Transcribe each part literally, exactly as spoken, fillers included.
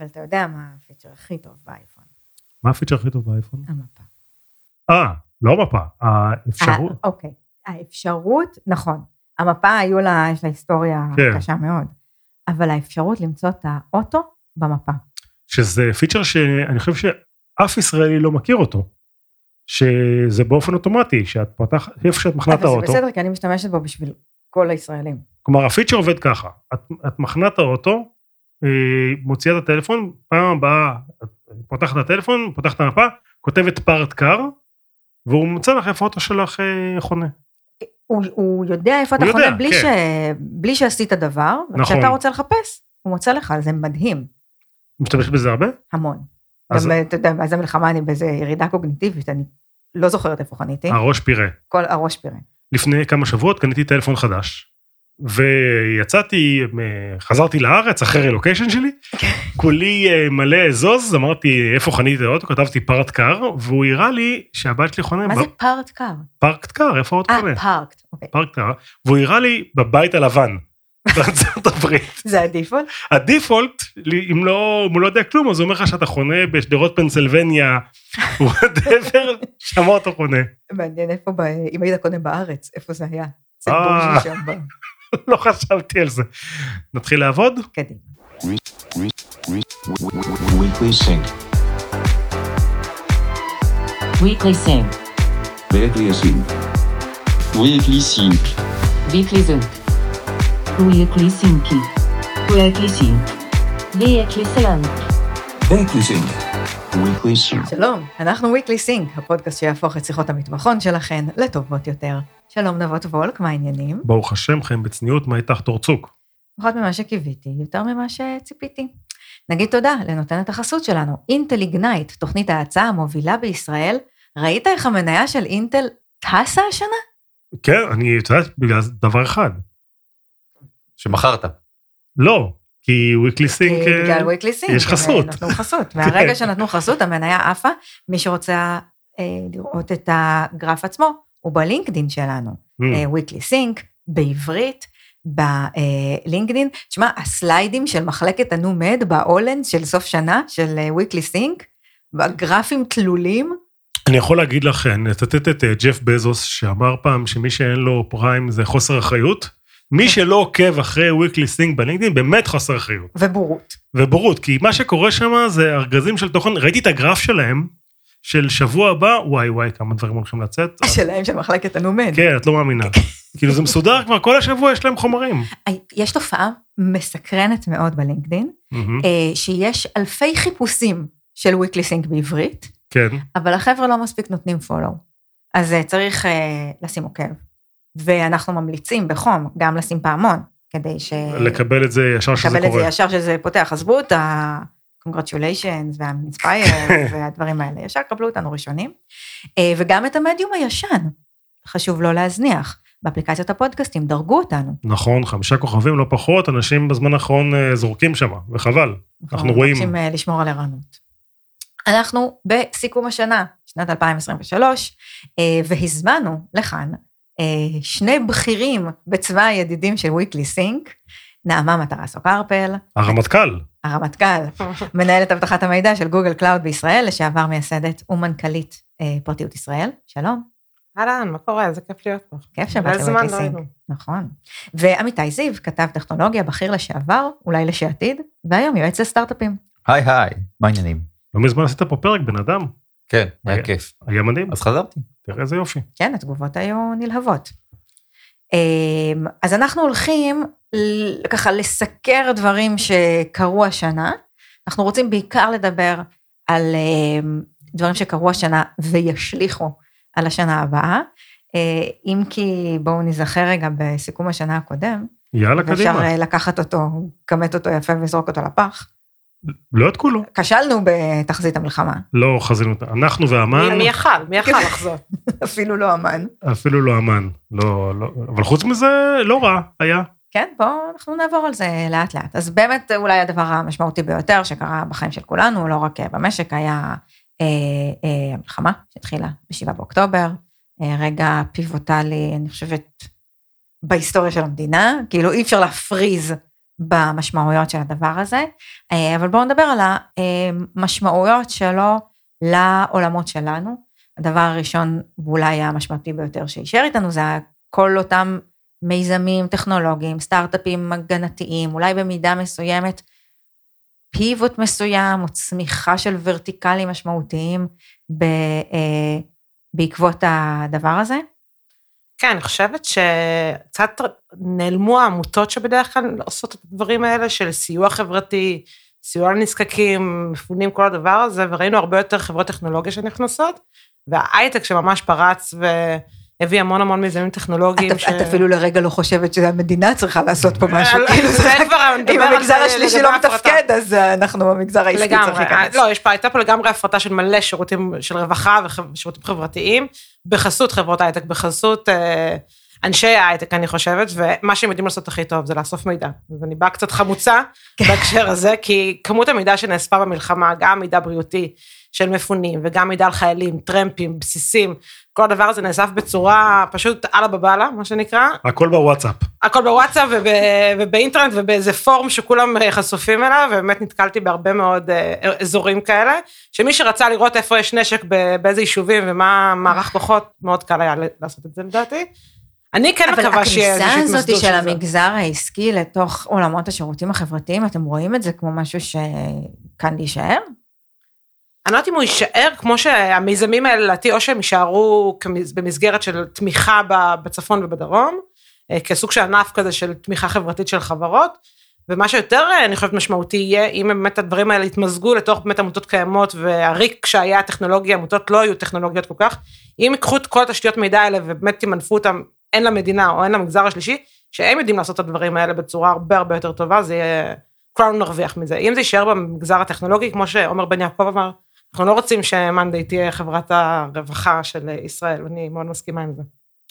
אבל אתה יודע מה הפיצ'ר הכי טוב באייפון? מה הפיצ'ר הכי טוב באייפון? המפה. אה, לא המפה, האפשרות. אוקיי, האפשרות, נכון. המפה היו לה, יש לה היסטוריה קשה מאוד, אבל האפשרות למצוא את האוטו במפה. שזה פיצ'ר שאני חושב שאף ישראלי לא מכיר אותו, שזה באופן אוטומטי, שאת פותח, איפה שאת מכנה את האוטו. אבל זה בסדר, כי אני משתמשת בו בשביל כל הישראלים. כלומר, הפיצ'ר עובד ככה, את, את מכנה את האוטו, מוציאה את הטלפון, פעם הבאה, פותחת את הטלפון, פותחת את המפה, כותבת פארט קאר, והוא מוצא לך איפה האוטו שלך חונה. הוא, הוא יודע איפה אתה יודע, חונה, בלי, כן. ש... בלי שעשית דבר, נכון. וכשאתה רוצה לחפש, הוא מוצא לך, זה מדהים. משתמש בזה הרבה? המון. אז... גם, אתה יודע, אז המלחמה אני באיזו ירידה קוגניטיבית, אני לא זוכרת איפה חניתי. הראש פירה. כל הראש פירה. לפני כמה שבועות קניתי טלפון חדש, ויצאתי, חזרתי לארץ, אחרי רילוקיישן שלי, כולי מלא אזוז, אמרתי איפה חניתי האוטו, כתבתי פארט קאר, והוא הראה לי שהבית שלי חונה... מה זה פארט קאר? פארט קאר, איפה האוטו חונה? אה, פארקט, אוקיי. פארט קאר, והוא הראה לי בבית הלבן, בארצות הברית. זה הדיפולט? הדיפולט, אם הוא לא יודע כלום, אז הוא אומר לך שאתה חונה בשדרות פנסילבניה, וואטאבר, שם האוטו חונה. מעניין איפה, אם היית קונה בארץ, איפה זה היה? זה בוז'י שם בה. לא חשבתי על זה. נתחיל לעבוד? קדימה. Weekly Sync. Weekly Sync. Weekly Sync. Weekly Sync. Weekly Sync. Weekly Sync. Weekly Sync. Weekly Sync. Weekly Sync. Weekly Sync. שלום, אנחנו Weekly Sync, הפודקאסט שיהפוך את שיחות המטבחון שלכן לטובות יותר. שלום נבות וולק, מה העניינים? ברוך השם, חיים בצניעות, מה איתך תורצוק? פחות ממה שקיוויתי, יותר ממה שציפיתי. נגיד תודה לנותנת החסות שלנו, אינטל איגנייט, תוכנית ההצעה המובילה בישראל. ראית איך המניה של אינטל טסה השנה? כן, אני יודעת בגלל דבר אחד. שמכרת. לא, כי וויקלי סינק, בגלל וויקלי סינק, יש חסות. נתנו חסות, והרגע שנתנו חסות, המניה עפה, מי שרוצה לראות את הגרף עצמו, הוא בלינקדין שלנו, וויקלי סינק, בעברית, בלינקדין, תשמע, הסליידים של מחלקת הנומד, באולנס של סוף שנה, של וויקלי סינק, בגרפים תלולים. אני יכול להגיד לכם, נתת את ג'ף בזוס, שאמר פעם שמי שאין לו פריים זה חוסר אחריות, מי שלא עוקב אחרי וויקלי סינק בלינקדין, באמת חוסר אחריות. ובורות. ובורות, כי מה שקורה שם זה ארגזים של תוכן, ראיתי את הגרף שלהם, של שבוע הבא, וואי וואי, כמה דברים הולכים לצאת. שלהם של מחלקת הנומד. כן, את לא מאמינה. כאילו זה מסודר כבר, כל השבוע יש להם חומרים. יש תופעה מסקרנת מאוד בלינקדין, שיש אלפי חיפושים של וויקלי סינק בעברית, כן. אבל החבר'ה לא מספיק נותנים פולו. אז צריך לשים עוקב. ואנחנו ממליצים בחום, גם לשים פעמון, כדי ש... לקבל את זה ישר שזה קורה. לקבל את זה ישר שזה פותח. עזבו את ה-congratulations וה-inspire והדברים האלה. ישר קבלו אותנו ראשונים. וגם את המדיום הישן, חשוב לא להזניח. באפליקציות הפודקאסטים, דרגו אותנו. נכון, חמישה כוכבים, לא פחות, אנשים בזמן האחרון זורקים שם, וחבל. אנחנו רואים... רוצים לשמור על ערנות. אנחנו בסיכום השנה, שנת אלפיים עשרים ושלוש, והזמנו לכאן שני בכירים בצבא הידידים של וויקלי סינק, נעמה מטרסו קרפל. הרמטכ"ל. הרמטכ"ל, מנהלת אבטחת המידע של גוגל קלאוד בישראל, לשעבר מייסדת ומנכ"לית פרטיות ישראל. שלום. אהלן, מה קורה? זה כיף להיות פה. כיף שבאת לוויקלי סינק. נכון. ועמיתי זיו, כתב טכנולוגיה, בכיר לשעבר, אולי לשעתיד, והיום יועץ לסטארט-אפים. היי היי, מה העניינים? לא מזמן עשית פה פרק בן אדם. כן, היה כיף. היה מדהים. אז חזרתי. תראה איזה יופי. כן, התגובות היו נלהבות. אז אנחנו הולכים ככה לסקר דברים שקרו השנה, אנחנו רוצים בעיקר לדבר על דברים שקרו השנה וישליחו על השנה הבאה, אם כי בואו נזכר רגע בסיכום השנה הקודם, יאללה, קדימה. ואפשר לקחת אותו, כמת אותו יפה וזרוק אותו לפח. לא את כולו. כשלנו בתחזית המלחמה. לא חזינו אותה. אנחנו ואמן. מי יכל? מי יכל לחזור? אפילו לא אמן. אפילו לא אמן. לא, לא. אבל חוץ מזה, לא רע היה. כן, בואו אנחנו נעבור על זה לאט לאט. אז באמת אולי הדבר המשמעותי ביותר שקרה בחיים של כולנו, לא רק במשק, היה אה, אה, המלחמה שהתחילה בשבעה באוקטובר, אה, רגע פיבוטלי, אני חושבת, בהיסטוריה של המדינה, כאילו אי אפשר להפריז במשמעויות של הדבר הזה, אבל בואו נדבר על המשמעויות שלו לעולמות שלנו. הדבר הראשון, ואולי המשמעותי ביותר שישאר איתנו, זה כל אותם מיזמים טכנולוגיים, סטארט-אפים הגנתיים, אולי במידה מסוימת, פיבוט מסוים, או צמיחה של ורטיקלים משמעותיים בעקבות הדבר הזה. כן, אני חושבת שקצת נעלמו העמותות שבדרך כלל עושות את הדברים האלה, של סיוע חברתי, סיוע לנזקקים, מפונים, כל הדבר הזה, וראינו הרבה יותר חברות טכנולוגיה שנכנסות, וההייטק שממש פרץ והביא המון המון מיזמים טכנולוגיים. את אפילו לרגע לא חושבת שהמדינה צריכה לעשות פה משהו. אם המגזר השלישי לא מתפקד, אז אנחנו במגזר העסקי צריך להיכנס. לא, הייתה פה לגמרי הפרטה של מלא שירותים של רווחה ושירותים חברתיים, בחסות חברות הייטק, בחסות אנשי ההייטק, אני חושבת, ומה שהם יודעים לעשות הכי טוב זה לאסוף מידע. אז אני באה קצת חמוצה בהקשר הזה, כי כמות המידע שנאספה במלחמה, גם מידע בריאותי של מפונים, וגם מידע על חיילים, טרמפים, בסיסים, כל הדבר הזה נאסף בצורה פשוט על הבבלה, מה שנקרא. הכל בוואטסאפ. הכל בוואטסאפ ובאינטרנט ובאיזה פורם שכולם חשופים אליו, ובאמת נתקלתי בהרבה מאוד אזורים כאלה, שמי שרצה לראות איפה יש נשק באיזה יישובים ומה מערך כוחות, מאוד קל היה לעשות את זה לדעתי. אני כן מקווה שיהיה איזושהי התמסדות של זה. אבל הכניסה הזאת של המגזר העסקי לתוך עולמות השירותים החברתיים, אתם רואים את זה כמו משהו שכאן להישאר? אני לא יודעת אם הוא יישאר, כמו שהמיזמים האלה, לדעתי, או שהם יישארו במסגרת של תמיכה בצפון ובדרום, כסוג של ענף כזה של תמיכה חברתית של חברות, ומה שיותר, אני חושבת, משמעותי יהיה, אם באמת הדברים האלה יתמזגו לתוך באמת עמותות קיימות, והריק שהיה הטכנולוגיה, עמותות לא היו טכנולוגיות כל כך, אם יקחו את כל התשתיות מידע האלה, ובאמת תמנפו אותם, אין למדינה או אין למגזר השלישי, שהם יודעים לעשות את הדברים האלה בצורה הרבה הרבה יותר טובה, זה יהיה, כולנו נרוויח מזה. אם זה יישאר במגזר הטכנולוגי, כמו שעומר בן יעקב אמר, אנחנו לא רוצים שמאנדיי תהיה חברת הרווחה של ישראל, ואני מאוד מסכימה עם זה.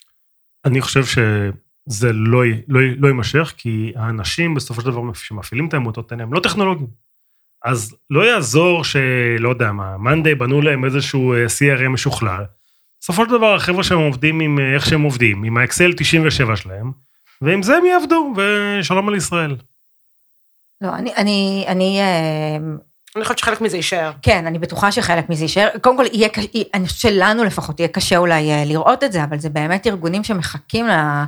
אני חושב שזה לא, לא, לא יימשך, כי האנשים בסופו של דבר שמפעילים את העמותות האלה, הם לא טכנולוגיים. אז לא יעזור שלא יודע מה, מאנדיי בנו להם איזשהו סי אר אם משוכלל, בסופו של דבר החבר'ה שהם עובדים עם איך שהם עובדים, עם האקסל תשעים ושבע שלהם, ועם זה הם יעבדו, ושלום על ישראל. לא, אני, אני, אני, אני חושבת שחלק מזה יישאר. כן, אני בטוחה שחלק מזה יישאר. קודם כל, יהיה, אני חושבת שלנו לפחות יהיה קשה אולי לראות את זה, אבל זה באמת ארגונים שמחכים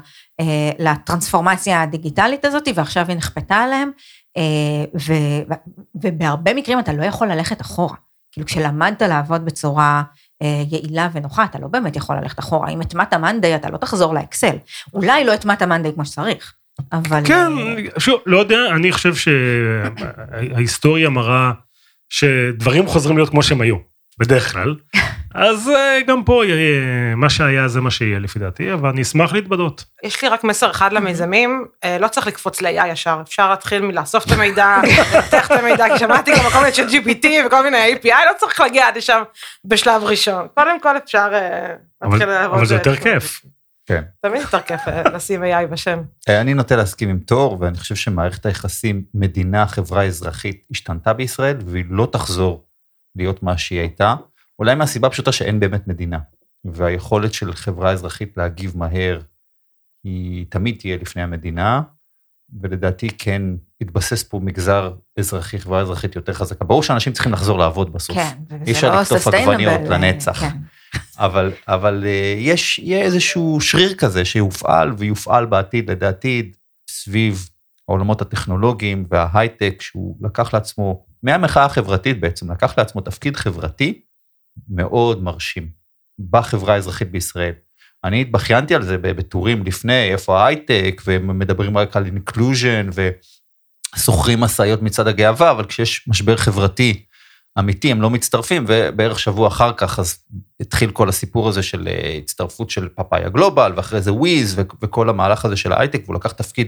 לטרנספורמציה הדיגיטלית הזאת, ועכשיו היא נכפתה עליהם, ו, ובהרבה מקרים אתה לא יכול ללכת אחורה. כאילו כשלמדת לעבוד בצורה יעילה ונוחה, אתה לא באמת יכול ללכת אחורה. אם התמת המאנדיי, אתה לא תחזור לאקסל. אולי לא התמת המאנדיי כמו שצריך. אבל... כן, שוב, לא יודע, אני חושב שההיסטוריה מראה שדברים חוזרים להיות כמו שהם היו, בדרך כלל. אז גם פה מה שהיה זה מה שיהיה לפי דעתי, אבל אני אשמח להתבדות. יש לי רק מסר אחד למיזמים, לא צריך לקפוץ ל-איי איי ישר, אפשר להתחיל מלאסוף את המידע, לתח את המידע, כי שמעתי גם כל מיני של ג'י פי טי וכל מיני איי פי איי, לא צריך להגיע עד לשם בשלב ראשון. קודם כל אפשר להתחיל לעבוד. אבל זה יותר כיף. כן. תמיד יותר כיף לשים איי איי בשם. אני נוטה להסכים עם תור, ואני חושב שמערכת היחסים, מדינה, חברה אזרחית, השתנתה בישראל, והיא לא תחזור להיות מה שהיא הייתה. אולי מהסיבה פשוטה שאין באמת מדינה, והיכולת של חברה אזרחית להגיב מהר, היא תמיד תהיה לפני המדינה, ולדעתי כן התבסס פה מגזר אזרחי, חברה אזרחית יותר חזקה. ברור שאנשים צריכים לחזור לעבוד בסוף. כן, אי אפשר לקטוף עגבניות לנצח. אבל, אבל יש, יהיה איזשהו שריר כזה שיופעל, ויופעל בעתיד, לדעתי, סביב העולמות הטכנולוגיים וההייטק, שהוא לקח לעצמו, מהמחאה החברתית בעצם, לקח לעצמו תפקיד חברתי, מאוד מרשים, בחברה האזרחית בישראל. אני התבחיינתי על זה בטורים לפני, איפה ההייטק, ומדברים רק על אינקלוז'ן, וסוחרים מסעיות מצד הגאווה, אבל כשיש משבר חברתי אמיתי, הם לא מצטרפים, ובערך שבוע אחר כך, אז התחיל כל הסיפור הזה של הצטרפות של פאפאיה גלובל, ואחרי זה וויז, וכל המהלך הזה של ההייטק, והוא לקח תפקיד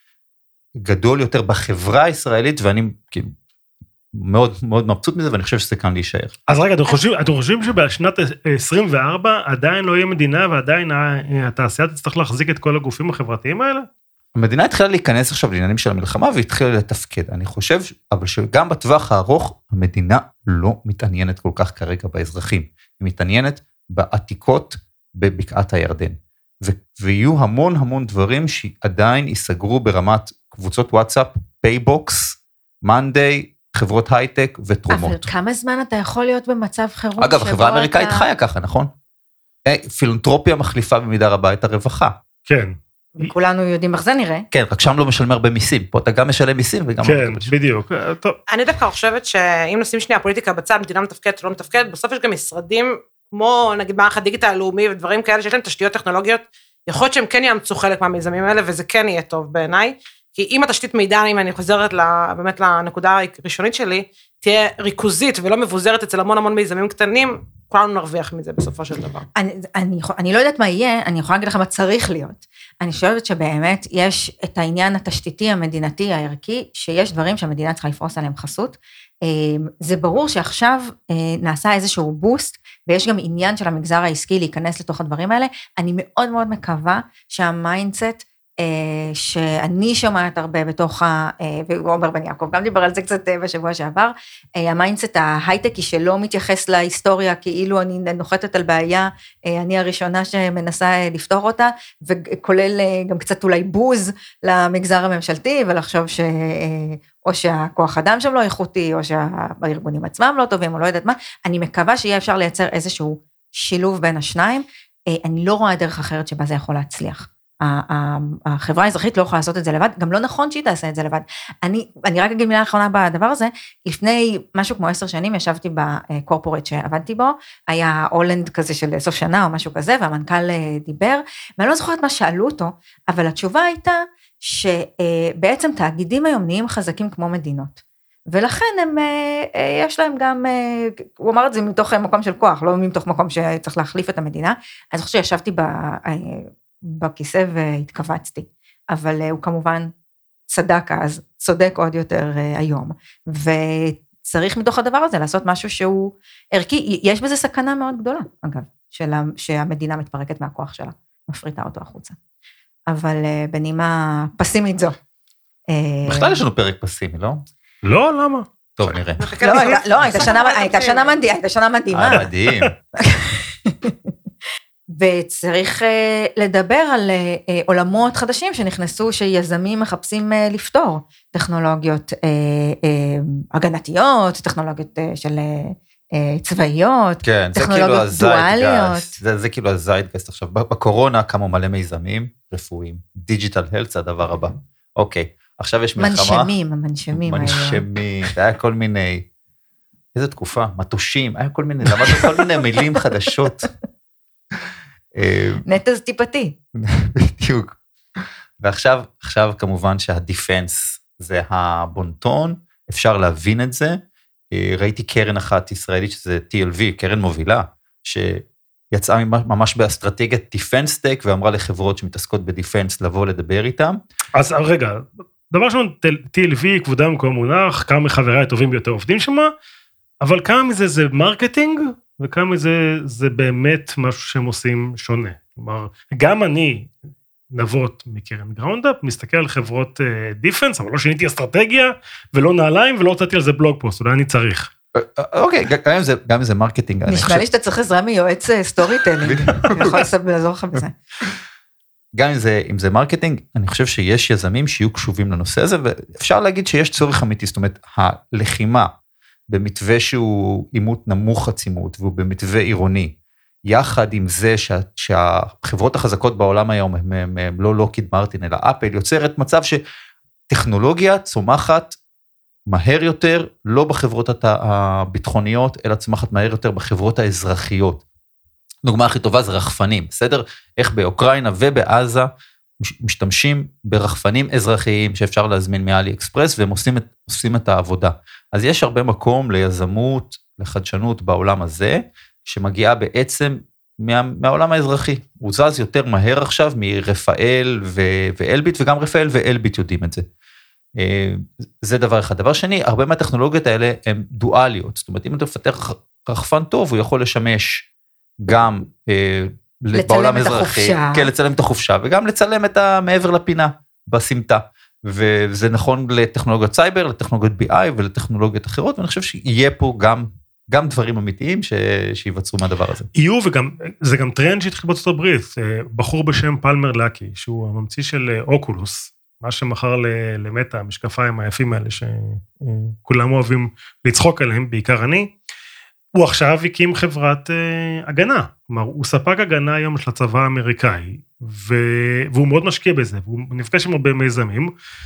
גדול יותר בחברה הישראלית, ואני כאילו, מאוד מאוד מבסוט מזה, ואני חושב שזה כאן להישאר. אז רגע, אתם חושבים, אתם חושבים שבשנת עשרים וארבע עדיין לא יהיה מדינה, ועדיין התעשייה תצטרך להחזיק את כל הגופים החברתיים האלה? המדינה התחילה להיכנס עכשיו לעניינים של המלחמה, והתחילה לתפקד. אני חושב, אבל שגם בטווח הארוך, המדינה לא מתעניינת כל כך כרגע באזרחים. היא מתעניינת בעתיקות בבקעת הירדן. ויהיו המון המון דברים שעדיין ייסגרו ברמת קבוצות וואטסאפ פייבוקס, מאנדיי, חברות הייטק ותרומות. אבל כמה זמן אתה יכול להיות במצב חירום? אגב, החברה האמריקאית אתה... חיה ככה, נכון? פילנטרופיה מחליפה במידה רבה את הרווחה. כן. וכולנו יודעים איך זה נראה. כן, רק שם לא משלם הרבה מיסים, פה אתה גם משלם מיסים וגם... כן, בדיוק. טוב. אני דווקא חושבת שאם נשים שנייה פוליטיקה בצד, מדינה מתפקדת או לא מתפקדת, בסוף יש גם משרדים, כמו נגיד מערך הדיגיטל הלאומי ודברים כאלה, שיש להם תשתיות טכנולוגיות, יכול להיות שהם כן יאמצו חלק מהמיזמים האלה, וזה כן יהיה טוב בעיניי, כי אם התשתית מידע, אם אני חוזרת באמת לנקודה הראשונית שלי, תהיה ריכוזית ולא מבוזרת אצל המון המון מיזמים קטנים, כולנו נרוויח מזה בסופו של דבר. אני, אני, אני לא יודעת מה יהיה, אני יכולה להגיד לך מה צריך להיות. אני חושבת שבאמת יש את העניין התשתיתי, המדינתי, הערכי, שיש דברים שהמדינה צריכה לפרוס עליהם חסות. זה ברור שעכשיו נעשה איזשהו בוסט, ויש גם עניין של המגזר העסקי להיכנס לתוך הדברים האלה. אני מאוד מאוד מקווה שהמיינדסט, שאני שומעת הרבה בתוך, ועומר בן יעקב, גם דיבר על זה קצת בשבוע שעבר, המיינדסט ההייטקי שלא מתייחס להיסטוריה, כאילו אני נוחתת על בעיה, אני הראשונה שמנסה לפתור אותה, וכולל גם קצת אולי בוז למגזר הממשלתי, ולחשוב ש... או שהכוח אדם שם לא איכותי, או שהארגונים עצמם לא טובים, או לא יודעת מה, אני מקווה שיהיה אפשר לייצר איזשהו שילוב בין השניים, אני לא רואה דרך אחרת שבה זה יכול להצליח. החברה האזרחית לא יכולה לעשות את זה לבד, גם לא נכון שהיא תעשה את זה לבד. אני, אני רק אגיד מילה האחרונה בדבר הזה, לפני משהו כמו עשר שנים ישבתי בקורפורט שעבדתי בו, היה הולנד כזה של סוף שנה או משהו כזה, והמנכ"ל דיבר, ואני לא זוכרת מה שאלו אותו, אבל התשובה הייתה שבעצם תאגידים היום נהיים חזקים כמו מדינות, ולכן הם, יש להם גם, הוא אמר את זה מתוך מקום של כוח, לא מתוך מקום שצריך להחליף את המדינה, אז אני חושבת שישבתי ב... בכיסא והתכווצתי, אבל הוא כמובן צדק אז, צודק עוד יותר היום, וצריך מתוך הדבר הזה לעשות משהו שהוא ערכי, יש בזה סכנה מאוד גדולה, אגב, שלה, שהמדינה מתפרקת מהכוח שלה, מפריטה אותו החוצה, אבל בנימה פסימית זו. בכלל יש לנו פרק פסימי, לא? לא, למה? טוב, נראה. לא, הייתה שנה מדהימה. מדהים. וצריך לדבר על עולמות חדשים שנכנסו, שיזמים מחפשים לפתור, טכנולוגיות הגנתיות, טכנולוגיות של צבאיות, כן, טכנולוגיות דואליות. זה, זה כאילו הזיידגסט עכשיו, בקורונה קמו מלא מיזמים רפואיים, דיג'יטל הלט זה הדבר הבא. אוקיי, עכשיו יש מלחמה. מנשמים, המנשמים. מנשמים, היה כל מיני, איזה תקופה, מטושים, היה כל מיני, למדנו כל מיני מילים חדשות. נטז טיפתי. בדיוק. ועכשיו, עכשיו כמובן שהדיפנס זה הבונטון, אפשר להבין את זה. ראיתי קרן אחת ישראלית שזה טי אל וי, קרן מובילה, שיצאה ממש באסטרטגיית דיפנס טק, ואמרה לחברות שמתעסקות בדיפנס לבוא לדבר איתם. אז רגע, דבר ראשון, טי אל וי, כבודם כמו מונח, כמה מחבריי הטובים ביותר עובדים שם, אבל כמה מזה זה מרקטינג, וכמה מזה זה באמת משהו שהם עושים שונה. כלומר, גם אני, נבות מקרן גראונדאפ, מסתכל על חברות דיפנס, אבל לא שיניתי אסטרטגיה, ולא נעליים, ולא הוצאתי על זה בלוג פוסט, אולי אני צריך. אוקיי, גם אם זה מרקטינג. נשמע לי שאתה צריך עזרה מיועץ סטורי טלינג, אני יכול לעזור לך בזה. גם אם זה מרקטינג, אני חושב שיש יזמים שיהיו קשובים לנושא הזה, ואפשר להגיד שיש צורך אמיתי, זאת אומרת, הלחימה, במתווה שהוא אימות נמוך עצימות, והוא במתווה עירוני, יחד עם זה שה, שהחברות החזקות בעולם היום, הם, הם, הם לא לוקיד מרטין, אלא אפל, יוצרת מצב שטכנולוגיה צומחת מהר יותר, לא בחברות הביטחוניות, אלא צומחת מהר יותר בחברות האזרחיות. דוגמה הכי טובה זה רחפנים, בסדר? איך באוקראינה ובעזה, משתמשים ברחפנים אזרחיים שאפשר להזמין מאלי אקספרס, והם עושים את, עושים את העבודה. אז יש הרבה מקום ליזמות, לחדשנות בעולם הזה, שמגיעה בעצם מה, מהעולם האזרחי. הוא זז יותר מהר עכשיו מרפאל ו- ואלביט, וגם רפאל ואלביט יודעים את זה. זה דבר אחד. דבר שני, הרבה מהטכנולוגיות האלה הן דואליות. זאת אומרת, אם אתה מפתח רחפן טוב, הוא יכול לשמש גם בעולם אזרחי, כן, לצלם את החופשה, וגם לצלם את המעבר לפינה, בסמטה, וזה נכון לטכנולוגיות סייבר, לטכנולוגיות בי איי ולטכנולוגיות אחרות, ואני חושב שיהיה פה גם, גם דברים אמיתיים ש... שיווצרו מהדבר הזה. יהיו, וגם, זה גם טרנד שהתחיל בארצות הברית, בחור בשם פלמר לקי, שהוא הממציא של אוקולוס, מה שמכר למטה, המשקפיים היפים האלה, שכולם אוהבים לצחוק עליהם, בעיקר אני, הוא עכשיו הקים חברת הגנה, כלומר, הוא ספק הגנה היום של הצבא האמריקאי, והוא מאוד משקיע בזה, והוא נפגש עם הרבה מיזמים,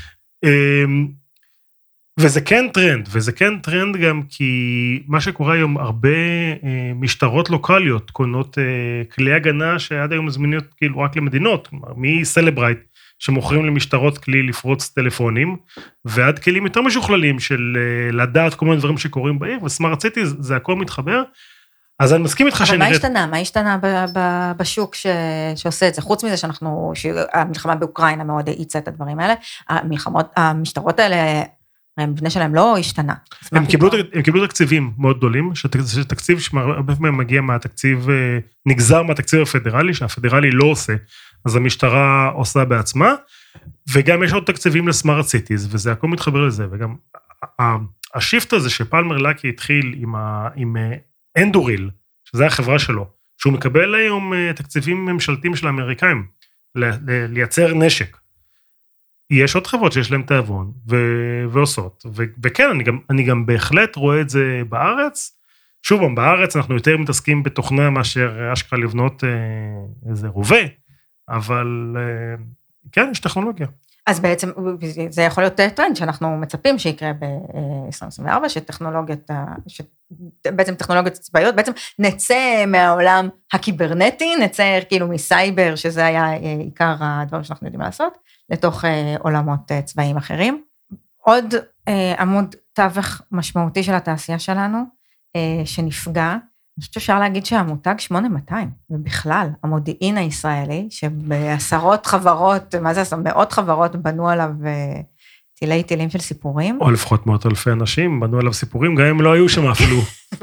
וזה כן טרנד, וזה כן טרנד גם כי מה שקורה היום, הרבה משטרות לוקליות קונות כלי הגנה שעד היום מזמיניות כאילו רק למדינות, כלומר, מסלברייט שמוכרים למשטרות כלי לפרוץ טלפונים, ועד כלים יותר משוכללים של לדעת כל מיני דברים שקורים בעיר, וסמארט סיטי זה הכל מתחבר, אז אני מסכים איתך שנראית... אבל מה השתנה? מה השתנה בשוק שעושה את זה? חוץ מזה שאנחנו, שהמלחמה באוקראינה מאוד האיצה את הדברים האלה, המלחמות, המשטרות האלה, המבנה שלהם לא השתנה. הם קיבלו, הם קיבלו תקציבים מאוד גדולים, שתקציב שהרבה פעמים מגיע מהתקציב, נגזר מהתקציב הפדרלי, שהפדרלי לא עושה, אז המשטרה עושה בעצמה, וגם יש עוד תקציבים לסמארט סיטיז, וזה הכל מתחבר לזה, וגם השיפט הזה שפלמר לקי התחיל עם, ה, עם אנדוריל, שזה החברה שלו, שהוא מקבל היום תקציבים ממשלתיים של האמריקאים, לייצר נשק. יש עוד חברות שיש להם תאבון, ו- ועושות, ו- וכן, אני גם, אני גם בהחלט רואה את זה בארץ, שוב, בארץ אנחנו יותר מתעסקים בתוכנה, מאשר אשכרה לבנות אה, איזה רובה, אבל אה, כן, יש טכנולוגיה. אז בעצם, זה יכול להיות טרנד, שאנחנו מצפים שיקרה ב-עשרים עשרים וארבע, שטכנולוגיות, בעצם טכנולוגיות צבאיות, בעצם נצא מהעולם הקיברנטי, נצא כאילו מסייבר, שזה היה עיקר הדברים שאנחנו יודעים לעשות, לתוך עולמות צבאיים אחרים. עוד עמוד תווך משמעותי של התעשייה שלנו, שנפגע, אני חושבת שאפשר להגיד שהמותג שמונה מאתיים, ובכלל, המודיעין הישראלי, שבעשרות חברות, מה זה, מאות חברות בנו עליו טילי טילים של סיפורים. או לפחות מאות אלפי אנשים בנו עליו סיפורים, גם אם לא היו שם אפילו.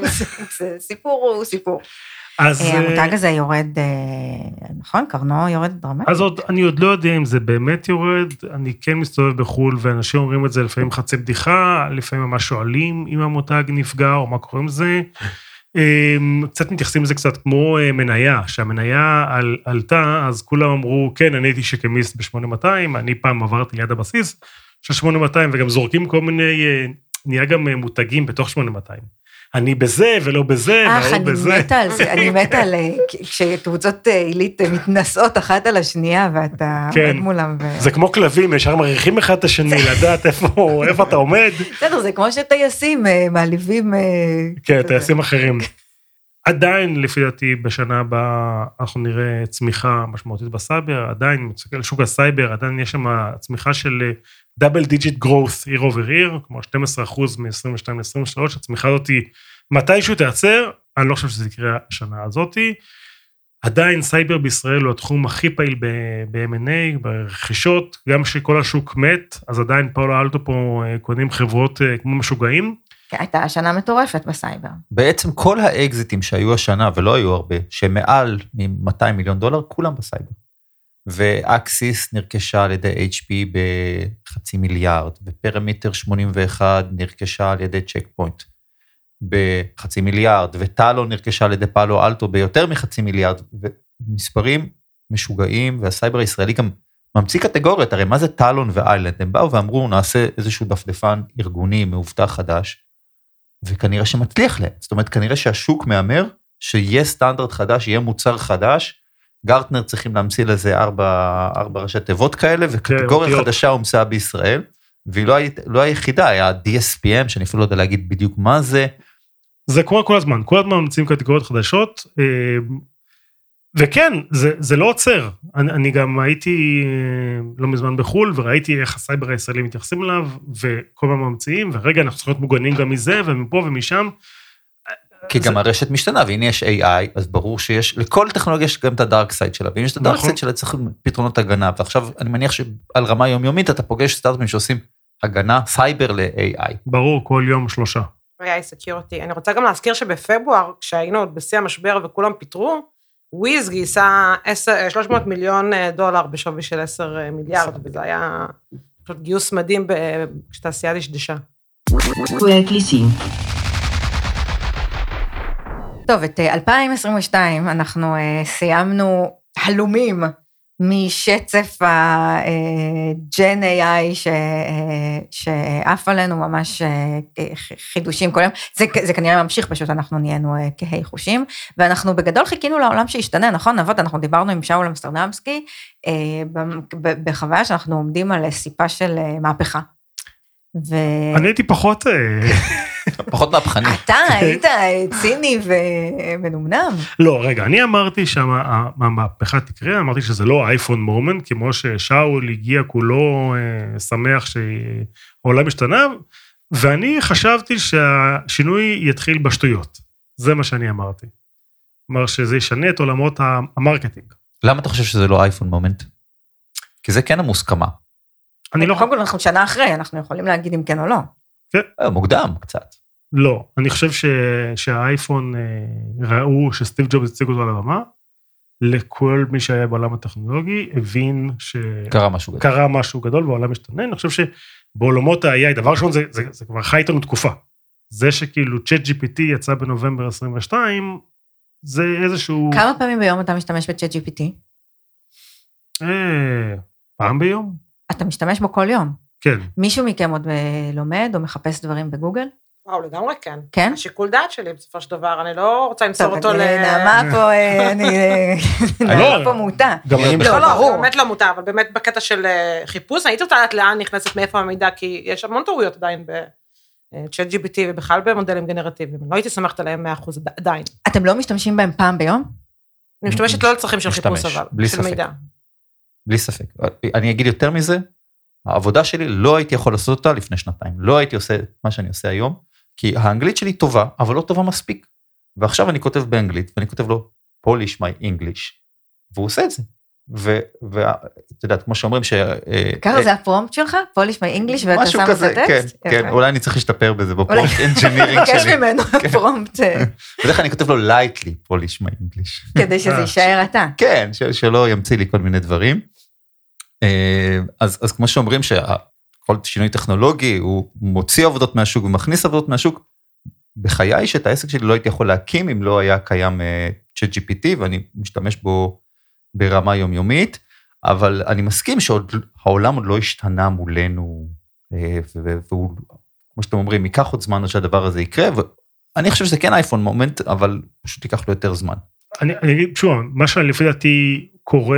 סיפור הוא סיפור. המותג הזה יורד, נכון? קרנו יורד דרמטית. אז עוד, אני עוד לא יודע אם זה באמת יורד, אני כן מסתובב בחול, ואנשים אומרים את זה לפעמים חצי בדיחה, לפעמים ממש שואלים אם המותג נפגע, או מה קורה עם זה. קצת מתייחסים לזה קצת כמו מניה, שהמניה על, עלתה, אז כולם אמרו, כן, אני הייתי שקמיסט ב-שמונה מאתיים, אני פעם עברתי ליד הבסיס של שמונה מאתיים, וגם זורקים כל מיני, נהיה גם מותגים בתוך שמונה מאתיים. אני בזה ולא בזה, אך, אני בזה. מתה על זה, אני מתה על, כשקבוצות עילית מתנסות אחת על השנייה, ואתה כן, עומד מולם. ו... זה כמו כלבים, ישר מריחים אחד את השני, לדעת איפה, איפה אתה עומד. בסדר, זה כמו שטייסים מעליבים. כן, טייסים אחרים. עדיין, לפי דעתי, בשנה הבאה, אנחנו נראה צמיחה משמעותית בסייבר, עדיין, מצטרף לשוק הסייבר, עדיין יש שם צמיחה של double digit growth year over year, כמו שנים עשר אחוז מ-עשרים ושתיים ל-עשרים ושלוש, הצמיחה הזאת, מתישהו תעצר, אני לא חושב שזה יקרה השנה הזאת, עדיין סייבר בישראל הוא התחום הכי פעיל ב-אם אנד איי, ברכישות, גם שכל השוק מת, אז עדיין פאולו אלטו פה קונים חברות כמו משוגעים, הייתה השנה מטורפת בסייבר. בעצם כל האקזיטים שהיו השנה, ולא היו הרבה, שמעל מ-מאתיים מיליון דולר, כולם בסייבר. ואקסיס נרכשה על ידי אייץ' פי בחצי מיליארד, ופרמיטר שמונים ואחת נרכשה על ידי צ'ק פוינט בחצי מיליארד, וטלו נרכשה על ידי פאלו אלטו ביותר מחצי מיליארד, ומספרים משוגעים, והסייבר הישראלי גם ממציא קטגוריות, הרי מה זה טלון ואיילנד? הם באו ואמרו, נעשה איזשהו דפדפן ארגוני מאובטח חדש, וכנראה שמצליח להם. זאת אומרת, כנראה שהשוק מאמר, שיהיה סטנדרט חדש, יהיה מוצר חדש, גרטנר צריכים להמציא לזה ארבע, ארבע ראשי תיבות כאלה, וקטגוריה חדשה הומצאה בישראל, והיא לא, לא היחידה, היה די אס פי אם, שאני אפילו לא יודע להגיד בדיוק מה זה. זה קורה כל הזמן, כל הזמן ממציאים קטגוריות חדשות, וכן, זה, זה לא עוצר. אני, אני גם הייתי לא מזמן בחול, וראיתי איך הסייבר הישראלי מתייחסים אליו, וכל מה ממציאים, ורגע אנחנו צריכים להיות מוגנים גם מזה, ומפה ומשם. כי גם הרשת משתנה, והנה יש איי איי, אז ברור שיש, לכל טכנולוגיה יש גם את הדארק סייד שלה, ואם יש את הדארק סייד שלה, צריך פתרונות הגנה, ועכשיו אני מניח שעל רמה יומיומית, אתה פוגש סטארט-אפים שעושים הגנה סייבר ל-איי איי. ברור, כל יום שלושה. איי איי Security. אני רוצה גם להזכיר שבפברואר, כשהיינו עוד בשיא המשבר וכולם פיטרו, וויז גייסה שלוש מאות מיליון דולר בשווי של עשרה מיליארד, וזה היה גיוס מדהים כשתעשייה דשדשה. טוב, את אלפיים עשרים ושתיים אנחנו סיימנו הלומים משצף הג'ן איי איי שעף עלינו ממש חידושים כל יום, זה, זה כנראה ממשיך פשוט, אנחנו נהיינו כהי חושים, ואנחנו בגדול חיכינו לעולם שישתנה, נכון? נבות, אנחנו דיברנו עם שאול אמסטרדמסקי, בחוויה שאנחנו עומדים על סיפה של מהפכה. ו... אני הייתי פחות... פחות מהפכני. אתה היית ציני ומנומנם. לא, רגע, אני אמרתי שהמהפכה תקרה, אמרתי שזה לא אייפון מומנט, כמו ששאול הגיע כולו שמח שהעולם השתנה, ואני חשבתי שהשינוי יתחיל בשטויות. זה מה שאני אמרתי. כלומר שזה ישנה את עולמות המרקטינג. למה אתה חושב שזה לא אייפון מומנט? כי זה כן המוסכמה. אני לא... קודם כל אנחנו שנה אחרי, אנחנו יכולים להגיד אם כן או לא. כן. מוקדם קצת. לא, אני חושב ש... שהאייפון ראו שסטיב ג'ובס הציג אותו על הבמה, לכל מי שהיה בעולם הטכנולוגי, הבין ש... קרה משהו גדול. קרה משהו גדול והעולם משתנה, אני חושב שבעולמות ה-איי איי, דבר ראשון, זה, זה, זה כבר חי איתנו תקופה. זה שכאילו צ'אט ג'י פי טי יצא בנובמבר עשרים ושתיים, זה איזשהו... כמה פעמים ביום אתה משתמש בצ'אט ג'י פי טי? אה, פעם ביום? אתה משתמש בו כל יום. כן. מישהו מכם עוד לומד או מחפש דברים בגוגל? וואו, לגמרי כן. כן? השיקול דעת שלי בסופו של דבר, אני לא רוצה למסור אותו ל... נעמה פה, אני... נעמה פה מוטה. גם אני... לא, לא, באמת לא מוטה, אבל באמת בקטע של חיפוש, אני הייתי רוצה לדעת לאן נכנסת מאיפה המידע, כי יש המון טעויות עדיין בצ'אט ג'י פי טי ובכלל במודלים גנרטיביים, לא הייתי סומכת עליהם מאה אחוז עדיין. אתם לא משתמשים בהם פעם ביום? אני משתמשת לא לצרכים של חיפוש אבל, של מידע. בלי ספק. אני אגיד יותר מזה, העבודה שלי לא הייתי יכול לעשות אותה לפני שנתיים, לא הייתי עושה מה שאני עושה היום, כי האנגלית שלי טובה, אבל לא טובה מספיק. ועכשיו אני כותב באנגלית, ואני כותב לו, polish my English, והוא עושה את זה. ואתה יודעת, כמו שאומרים ש... ככה זה הפרומפט שלך? polish my English, ואתה שם את הטקסט? כן, כן, אולי אני צריך להשתפר בזה, בפרומפט engineering שלי. תבקש ממנו פרומפט. בדרך כלל אני כותב לו lightly, polish my English. כדי שזה יישאר אתה. כן, שלא ימציא לי כל מיני דברים. אז כמו שאומרים כל שינוי טכנולוגי, הוא מוציא עבודות מהשוק ומכניס עבודות מהשוק, בחיי שאת העסק שלי לא הייתי יכול להקים, אם לא היה קיים צ'אט ג'י פי טי, ואני משתמש בו ברמה יומיומית, אבל אני מסכים שהעולם עוד לא השתנה מולנו, והוא, כמו שאתם אומרים, ייקח עוד זמן עד שהדבר הזה יקרה, ואני חושב שזה כן אייפון מומנט, אבל פשוט ייקח לו יותר זמן. אני, אני אגיד, שוב, מה שלפי דעתי קורה,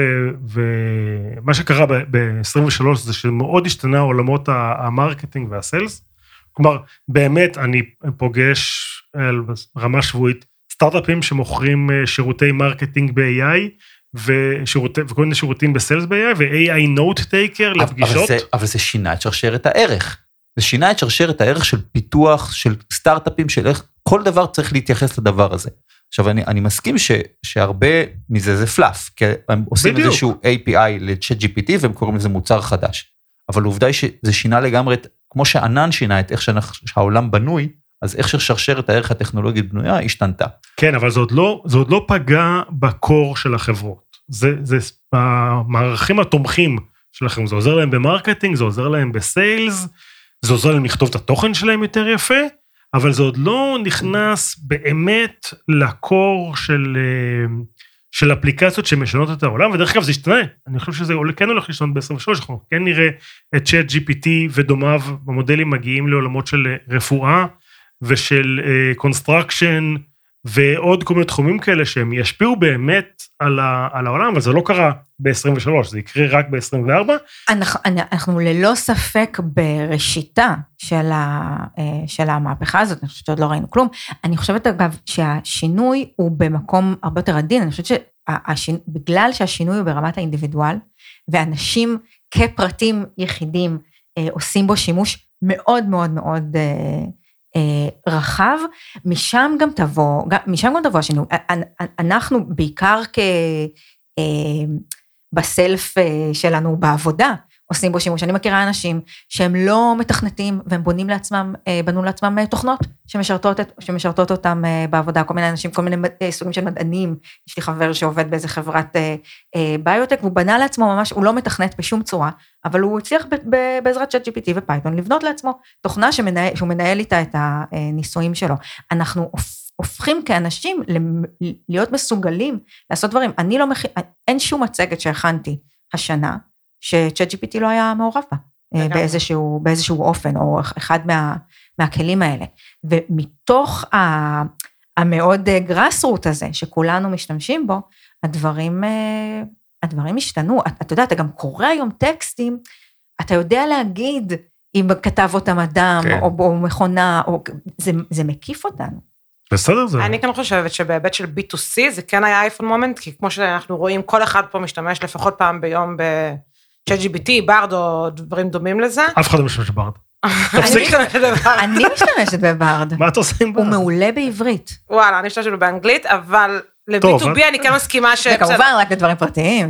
ומה שקרה ב-עשרים ושלוש זה שמאוד השתנה עולמות המרקטינג והסלס, כלומר, באמת אני פוגש על רמה שבועית, סטארט-אפים שמוכרים שירותי מרקטינג ב-איי איי, וכל מיני שירותים בסלס ב-איי איי, ו-איי איי נוט טייקר לפגישות. אבל זה, אבל זה שינה את שרשרת הערך. זה שינה את שרשרת הערך של פיתוח, של סטארט-אפים, של איך כל דבר צריך להתייחס לדבר הזה. עכשיו, אני, אני מסכים ש, שהרבה מזה זה פלאף, כי הם עושים בדיוק. איזשהו איי פי איי ל-צ'אט ג'י פי טי, והם קוראים לזה מוצר חדש. אבל העובדה היא שזה שינה לגמרי, כמו שענן שינה את איך שהעולם בנוי, אז איך ששרשרת הערך הטכנולוגית בנויה, השתנתה. כן, אבל זה עוד לא, זה עוד לא פגע בקור של החברות. זה, זה במערכים התומכים שלכם, זה עוזר להם במרקטינג, זה עוזר להם בסיילס, זה עוזר להם לכתוב את התוכן שלהם יותר יפה, אבל זה עוד לא נכנס באמת לקור של, של אפליקציות שמשנות את העולם, ודרך כלל זה ישתנה. אני חושב שזה כן הולך לשנות ב-עשרים ושלוש, אנחנו כן נראה את צ'אט ג'י פי טי ודומיו במודלים מגיעים לעולמות של רפואה, ושל קונסטרקשן, ועוד כל מיני תחומים כאלה שהם ישפיעו באמת על, ה, על העולם, אבל זה לא קרה ב-עשרים ושלוש, זה יקרה רק ב-עשרים וארבע. אנחנו, אנחנו ללא ספק בראשיתה של, ה, של המהפכה הזאת, אני חושבת שעוד לא ראינו כלום. אני חושבת אגב שהשינוי הוא במקום הרבה יותר עדין, אני חושבת שבגלל שהשינוי הוא ברמת האינדיבידואל, ואנשים כפרטים יחידים עושים בו שימוש מאוד מאוד מאוד רחב, משם גם תבוא, משם גם תבוא השינוי. אנחנו בעיקר כ... בסלף שלנו בעבודה, עושים בו שימוש. אני מכירה אנשים שהם לא מתכנתים, והם בונים לעצמם, בנו לעצמם תוכנות, שמשרתות, שמשרתות אותם בעבודה, כל מיני אנשים, כל מיני סוגים של מדענים, יש לי חבר שעובד באיזה חברת ביוטק, והוא בנה לעצמו ממש, הוא לא מתכנת בשום צורה, אבל הוא הצליח בעזרת צ'אט ג'י פי טי ופייתון, לבנות לעצמו תוכנה שמנהל, שהוא מנהל איתה את הניסויים שלו. אנחנו הופכים כאנשים להיות מסוגלים לעשות דברים. אני לא מכיר, אין שום מצגת שהכנתי השנה, ש-צ'אט ג'י פי טי לא היה מעורב בה, באיזשהו, באיזשהו אופן, או אחד מה, מהכלים האלה. ומתוך ה, המאוד גרסרוט הזה, שכולנו משתמשים בו, הדברים, הדברים השתנו. אתה יודע, אתה גם קורא היום טקסטים, אתה יודע להגיד, אם כתב אותם אדם, כן. או, או מכונה, או, זה, זה מקיף אותנו. בסדר זה. אני כן חושבת שבהיבט של בי טו סי, זה כן היה אייפון מומנט, כי כמו שאנחנו רואים, כל אחד פה משתמש לפחות פעם ביום ב-צ'אט ג'י פי טי, בארד או דברים דומים לזה. אף אחד לא משתמש בבארד. אני משתמשת בבארד. מה אתה עושה עם בארד? הוא מעולה בעברית. וואלה, אני משתמשת באנגלית, אבל ל-בי טו בי אני כן מסכימה ש... וכמובן רק לדברים פרטיים.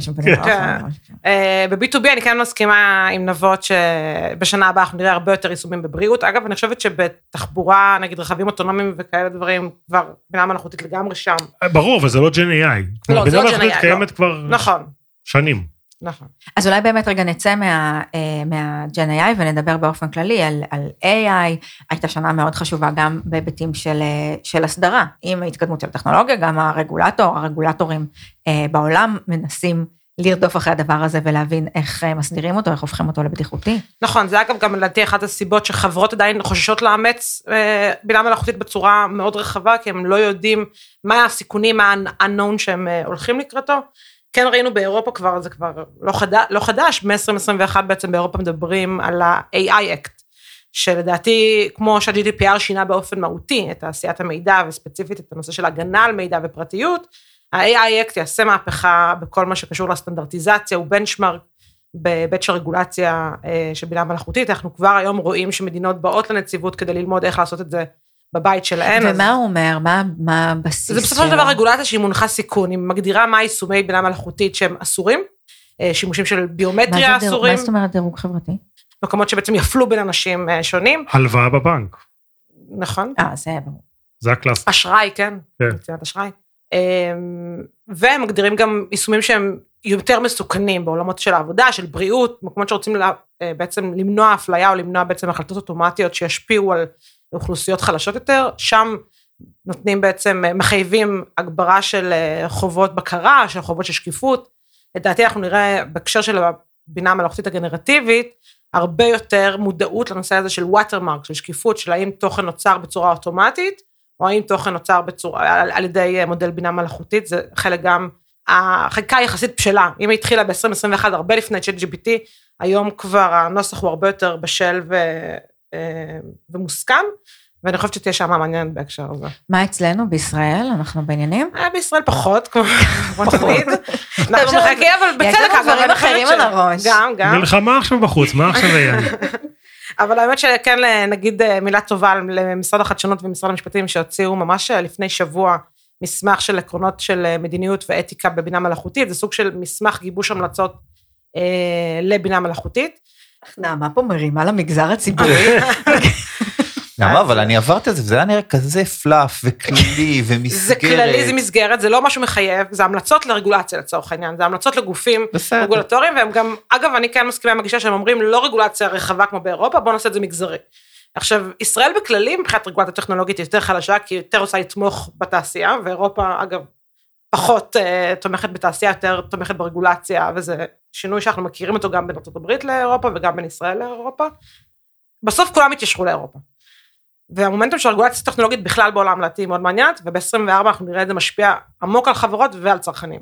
ב-בי טו בי אני כן מסכימה עם נבות שבשנה הבאה אנחנו נראה הרבה יותר יישומים בבריאות. אגב, אני חושבת שבתחבורה, נגיד רכבים אוטונומיים וכאלה דברים, כבר בינה מלאכותית לגמרי שם. ברור, אבל זה לא ג'ן איי איי. לא, זה לא ג'ן איי איי. בינה מלאכותית קיימת כבר שנים. נכון. אז אולי באמת רגע נצא מה-ג'ן איי איי ונדבר באופן כללי על, על איי איי, הייתה שנה מאוד חשובה גם בהיבטים של, של הסדרה, עם ההתקדמות של הטכנולוגיה, גם הרגולטור, הרגולטורים בעולם מנסים לרדוף אחרי הדבר הזה ולהבין איך מסדירים אותו, איך הופכים אותו לבטיחותי. נכון, זה אגב גם לדעתי אחת הסיבות שחברות עדיין חוששות לאמץ בינה מלאכותית בצורה מאוד רחבה, כי הם לא יודעים מה הסיכונים, מה ה-unknown שהם הולכים לקראתו. כן ראינו באירופה כבר, זה כבר לא חדש, לא חדש, ב-עשרים עשרים ואחת בעצם באירופה מדברים על ה-איי איי Act, שלדעתי, כמו שה-ג'י די פי אר שינה באופן מהותי את תעשיית המידע, וספציפית את הנושא של הגנה על מידע ופרטיות, ה-איי איי Act יעשה מהפכה בכל מה שקשור לסטנדרטיזציה, הוא בנצ'מרק בהיבט של רגולציה של בינה מלאכותית, אנחנו כבר היום רואים שמדינות באות לנציבות כדי ללמוד איך לעשות את זה בבית שלהן. ומה הוא אומר? מה הבסיס שלו? זה בסופו של דבר רגולציה שהיא מונחה סיכון, היא מגדירה מה יישומי בינה מלאכותית שהם אסורים, שימושים של ביומטריה אסורים. מה זאת אומרת דירוג חברתי? מקומות שבעצם יפלו בין אנשים שונים. הלוואה בבנק. נכון. אה, זה ברור. זה הקלאס. אשריי, כן. כן. אשריי. והם מגדירים גם יישומים שהם יותר מסוכנים בעולמות של העבודה, של בריאות, מקומות שרוצים בעצם למנוע אפליה או למנוע בעצם החלטות אוטומטיות שישפיעו על אוכלוסיות חלשות יותר, שם נותנים בעצם, מחייבים הגברה של חובות בקרה, של חובות של שקיפות. לדעתי אנחנו נראה בהקשר של הבינה המלאכותית הגנרטיבית, הרבה יותר מודעות לנושא הזה של watermark, של שקיפות, של האם תוכן נוצר בצורה אוטומטית, או האם תוכן נוצר בצורה, על, על ידי מודל בינה מלאכותית, זה חלק גם, החקיקה יחסית בשלה, אם היא התחילה ב-עשרים עשרים ואחת, הרבה לפני צ'אט ג'י פי טי, היום כבר הנוסח הוא הרבה יותר בשל ו... ומוסכם, ואני חושבת שתהיה שמה מעניינת בהקשר הזה. מה אצלנו בישראל? אנחנו בעניינים? בישראל פחות, כמו תמיד. אנחנו מחכים, אבל בצדק. יש לנו דברים אחרים על הראש. גם, גם. מלחמה עכשיו בחוץ, מה עכשיו היה? אבל האמת שכן, נגיד מילה טובה למשרד החדשנות ומשרד המשפטים, שהוציאו ממש לפני שבוע מסמך של עקרונות של מדיניות ואתיקה בבינה מלאכותית, זה סוג של מסמך גיבוש המלצות לבינה מלאכותית, נעמה פה מרימה למגזר הציבורי. נעמה, אבל אני עברתי את זה, וזה היה נראה כזה פלאף וכללי ומסגרת. זה כללי, זה מסגרת, זה לא משהו מחייב, זה המלצות לרגולציה לצורך העניין, זה המלצות לגופים רגולטוריים, והם גם, אגב, אני כן מסכימה עם הגישה שהם אומרים, לא רגולציה רחבה כמו באירופה, בואו נעשה את זה מגזרי. עכשיו, ישראל בכללי, מבחינת רגולציה טכנולוגית, היא יותר חלשה, כי יותר עושה לתמוך בתעשייה, ואירופה, אגב, פחות uh, תומכת בתעשייה, יותר תומכת ברגולציה, וזה שינוי שאנחנו מכירים אותו גם בין ארצות הברית לאירופה, וגם בין ישראל לאירופה. בסוף כולם התיישרו לאירופה. והמומנטום של רגולציה טכנולוגית בכלל בעולם לעתיד מאוד מעניינת, וב-עשרים וארבע אנחנו נראה את זה משפיע עמוק על חברות ועל צרכנים.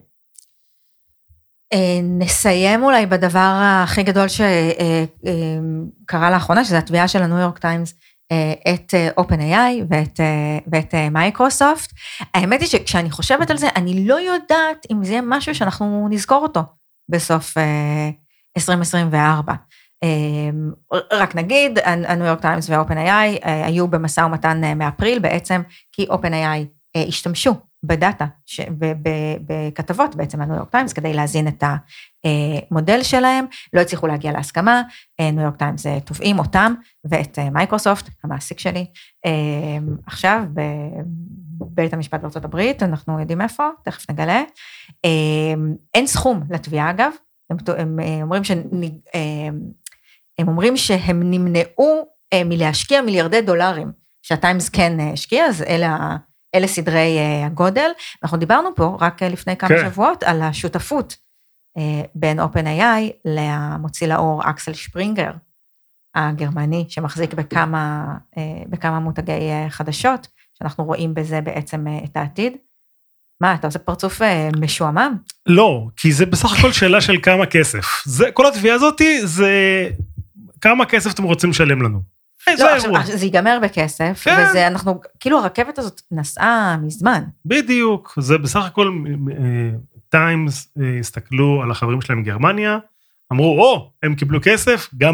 נסיים אולי בדבר הכי גדול שקרה לאחרונה, שזה התביעה של הניו יורק טיימס, את OpenAI ואת, ואת מייקרוסופט. האמת היא שכשאני חושבת על זה, אני לא יודעת אם זה יהיה משהו שאנחנו נזכור אותו בסוף עשרים עשרים וארבע. רק נגיד, הניו יורק טיימס ו-OpenAI היו במשא ומתן מאפריל בעצם, כי OpenAI השתמשו בדאטה, בכתבות בעצם הניו יורק טיימס, כדי להזין את המודל שלהם, לא הצליחו להגיע להסכמה, ניו יורק טיימס תובעים אותם, ואת מייקרוסופט, המעסיק שלי, עכשיו בבית המשפט בארצות הברית, אנחנו יודעים איפה, תכף נגלה, אין סכום לתביעה אגב, הם אומרים ש... הם אומרים שהם נמנעו מלהשקיע מיליארדי דולרים, שהטיימס כן השקיע, אז אלה, אלה סדרי הגודל. אנחנו דיברנו פה רק לפני כמה כן. שבועות על השותפות בין OpenAI למוציא לאור אקסל שפרינגר, הגרמני, שמחזיק בכמה, בכמה מותגי חדשות, שאנחנו רואים בזה בעצם את העתיד. מה, אתה עושה פרצוף משועמם? לא, כי זה בסך הכל שאלה של כמה כסף. זה, כל התביעה הזאת זה כמה כסף אתם רוצים לשלם לנו. לא, עכשיו, זה ייגמר בכסף, כן. וזה אנחנו, כאילו הרכבת הזאת נסעה מזמן. בדיוק, זה בסך הכל, טיימס הסתכלו על החברים שלהם מגרמניה, אמרו, או, הם קיבלו כסף, גם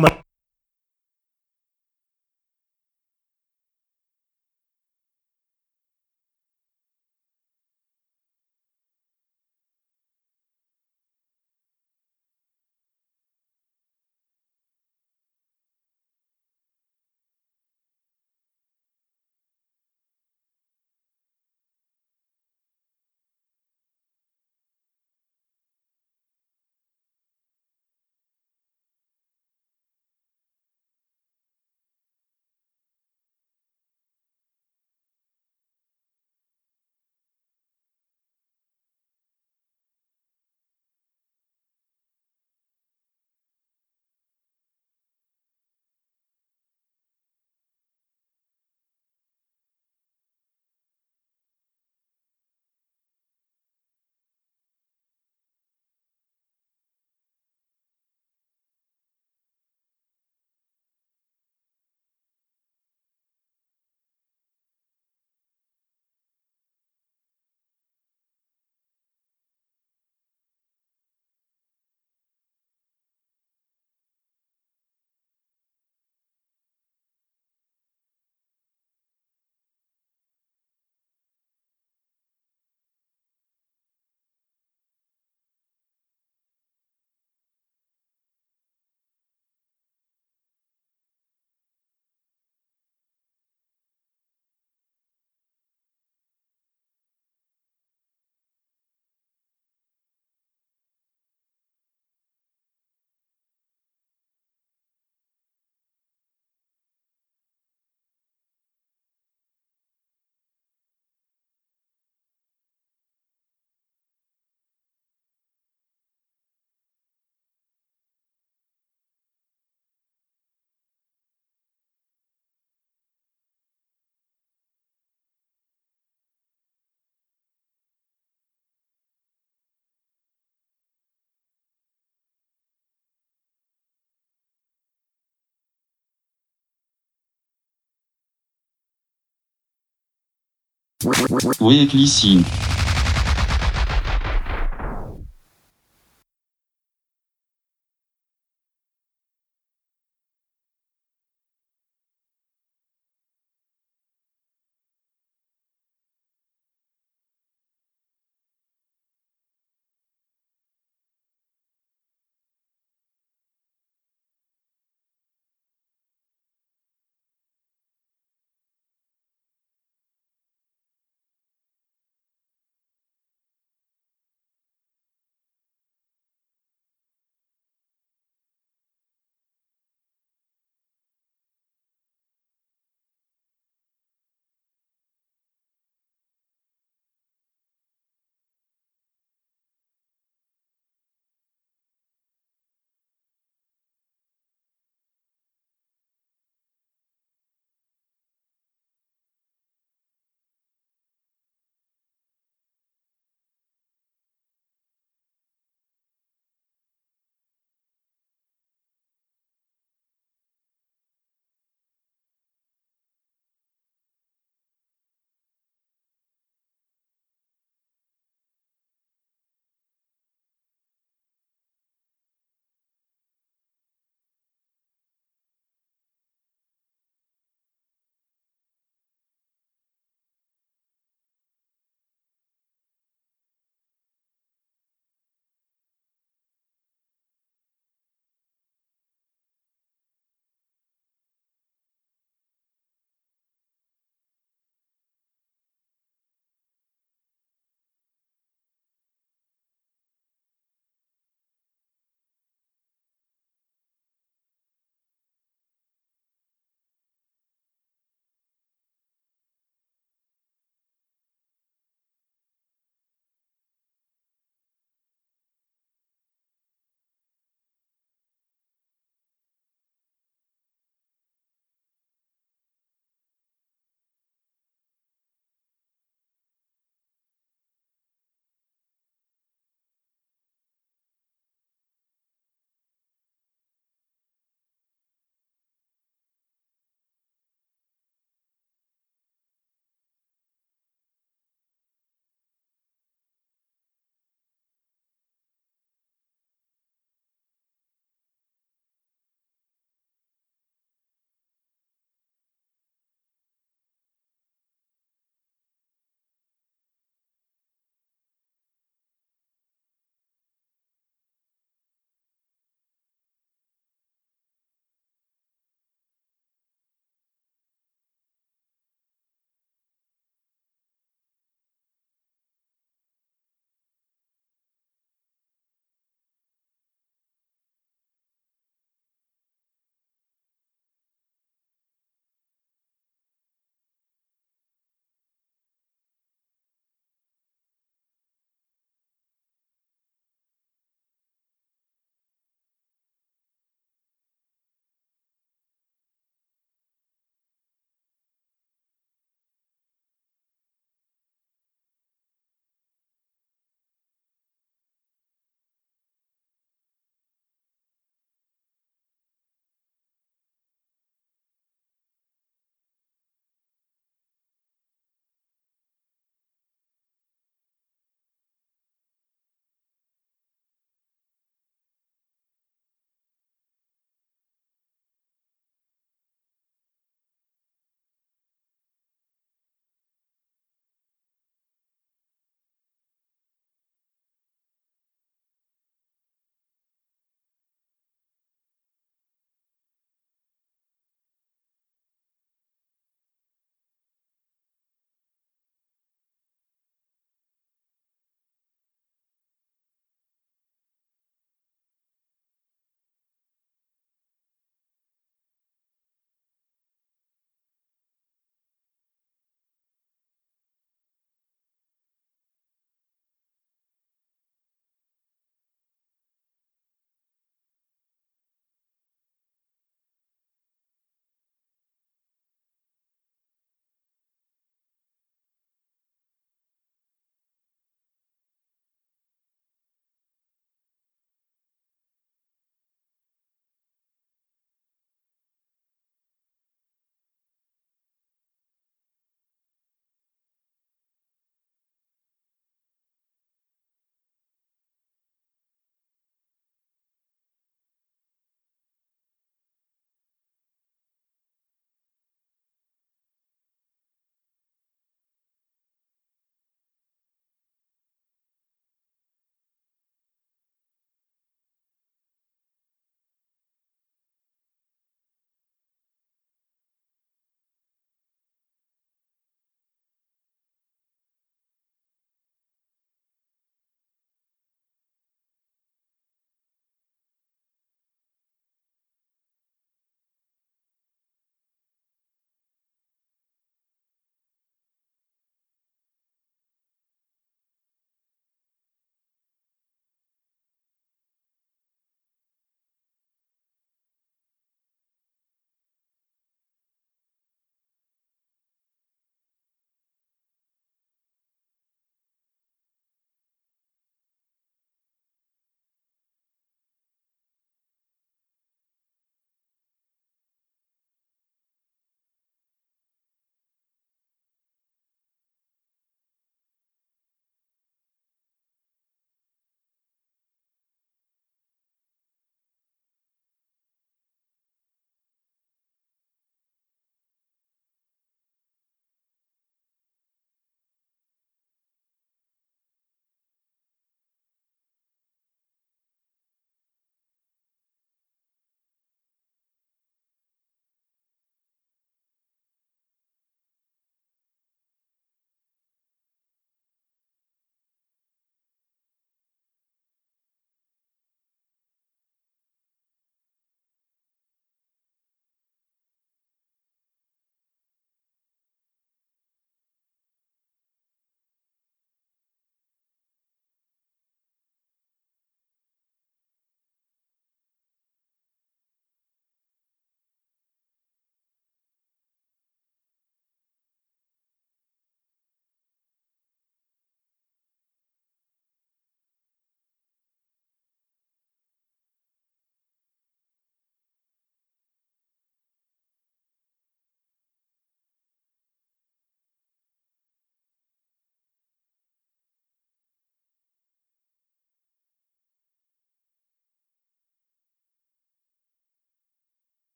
Weekly Sync.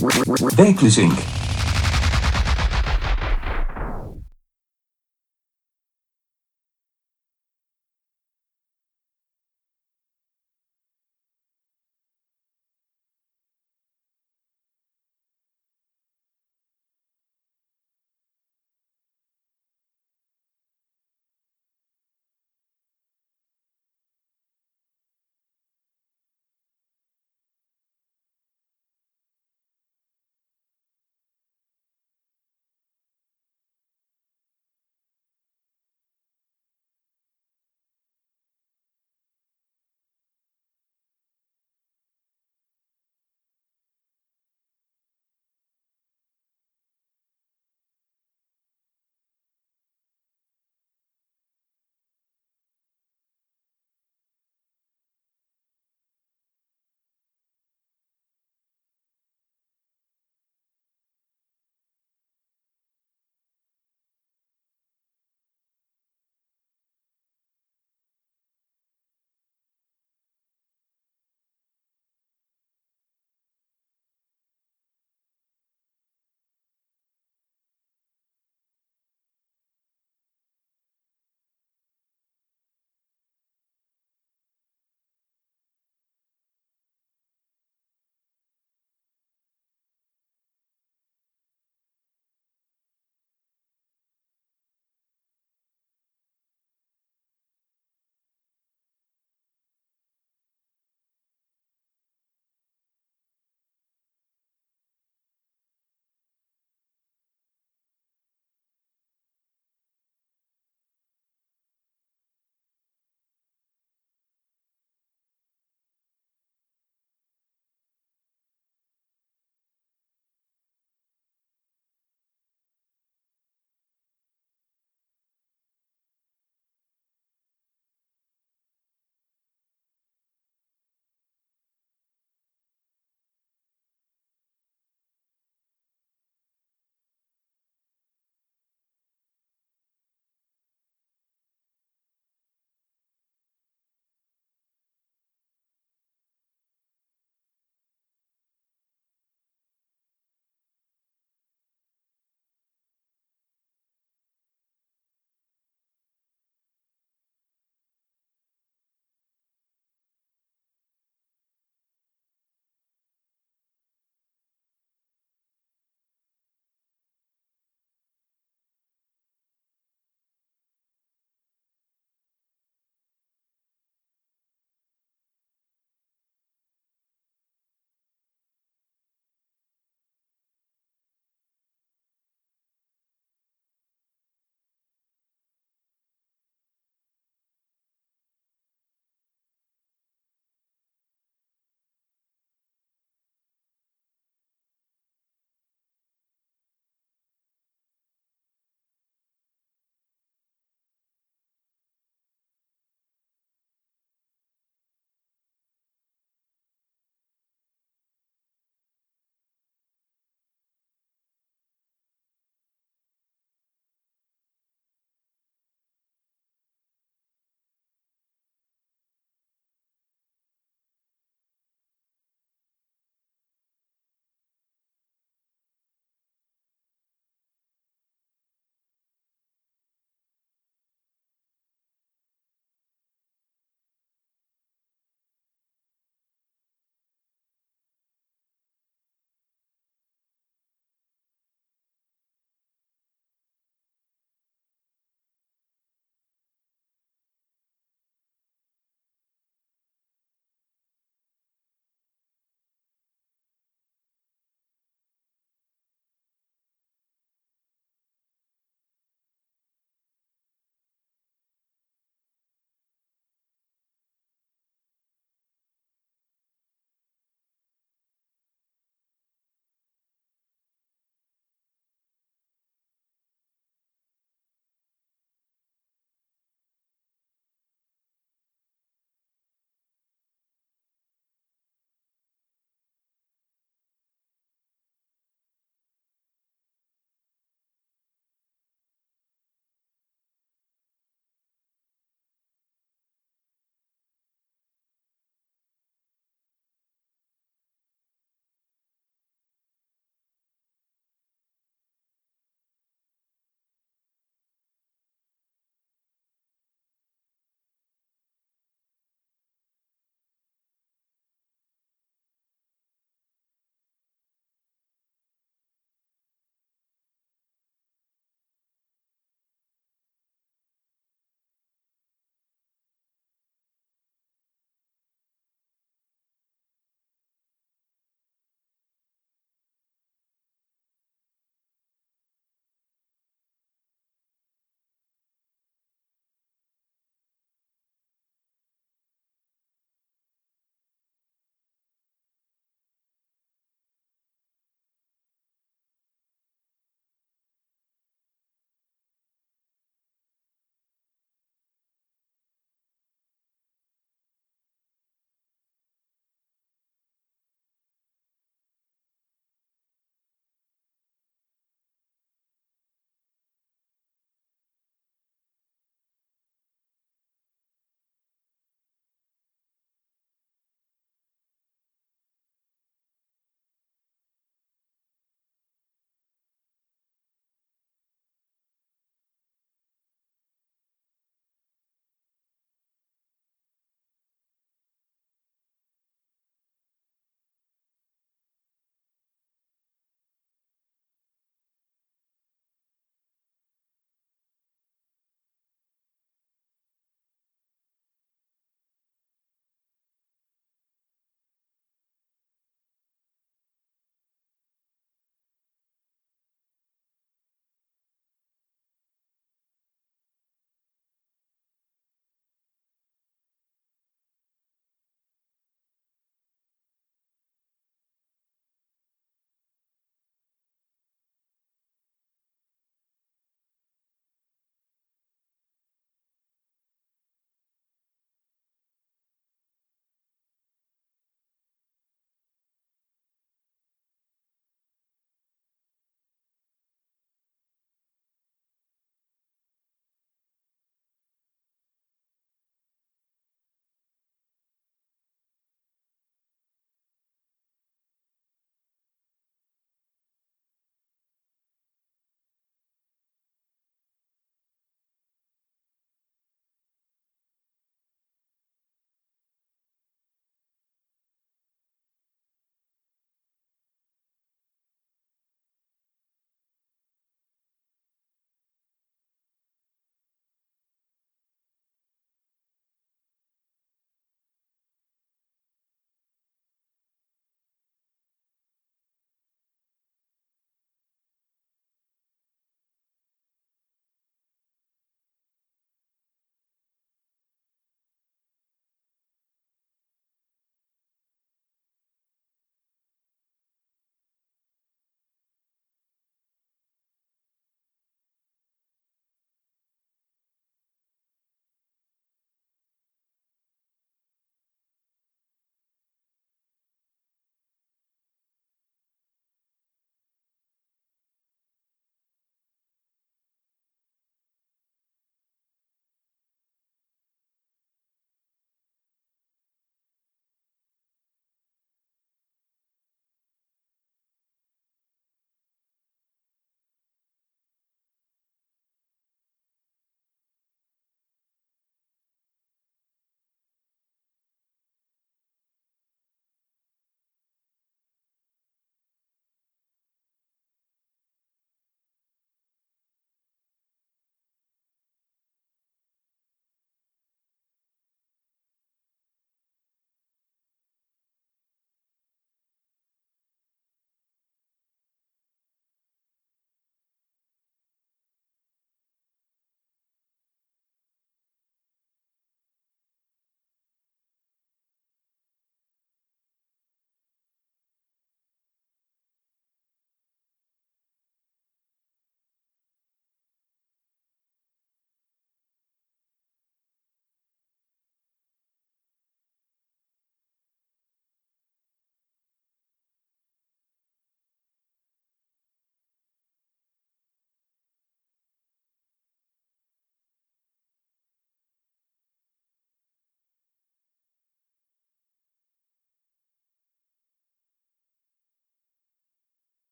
Weekly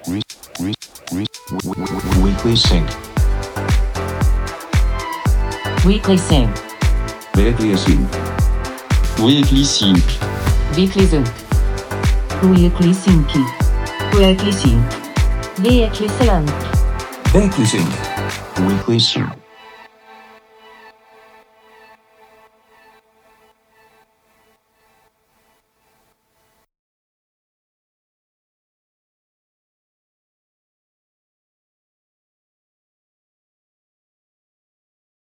Weekly Sync. Weekly Sync. Weekly Sync. Weekly Sync. Weekly Sync. Weekly Sync. Weekly Sync. Weekly Sync. Weekly Sync. Weekly Sync.